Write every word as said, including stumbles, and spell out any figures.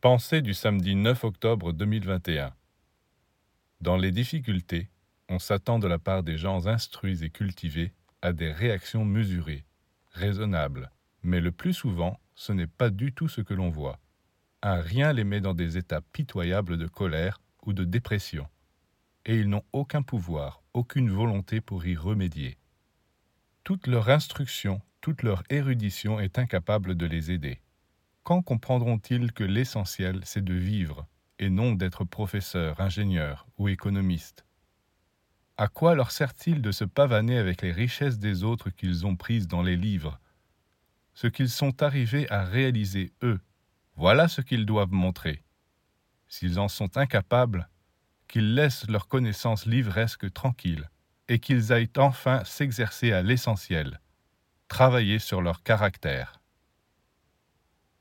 Pensée du samedi neuf octobre deux mille vingt et un. Dans les difficultés, on s'attend de la part des gens instruits et cultivés à des réactions mesurées, raisonnables, mais le plus souvent, ce n'est pas du tout ce que l'on voit. Un rien les met dans des états pitoyables de colère ou de dépression, et ils n'ont aucun pouvoir, aucune volonté pour y remédier. Toute leur instruction, toute leur érudition est incapable de les aider. Quand comprendront-ils que l'essentiel, c'est de vivre, et non d'être professeur, ingénieur ou économiste? À quoi leur sert-il de se pavaner avec les richesses des autres qu'ils ont prises dans les livres? Ce qu'ils sont arrivés à réaliser, eux, voilà ce qu'ils doivent montrer. S'ils en sont incapables, qu'ils laissent leur connaissance livresque tranquille, et qu'ils aillent enfin s'exercer à l'essentiel, travailler sur leur caractère.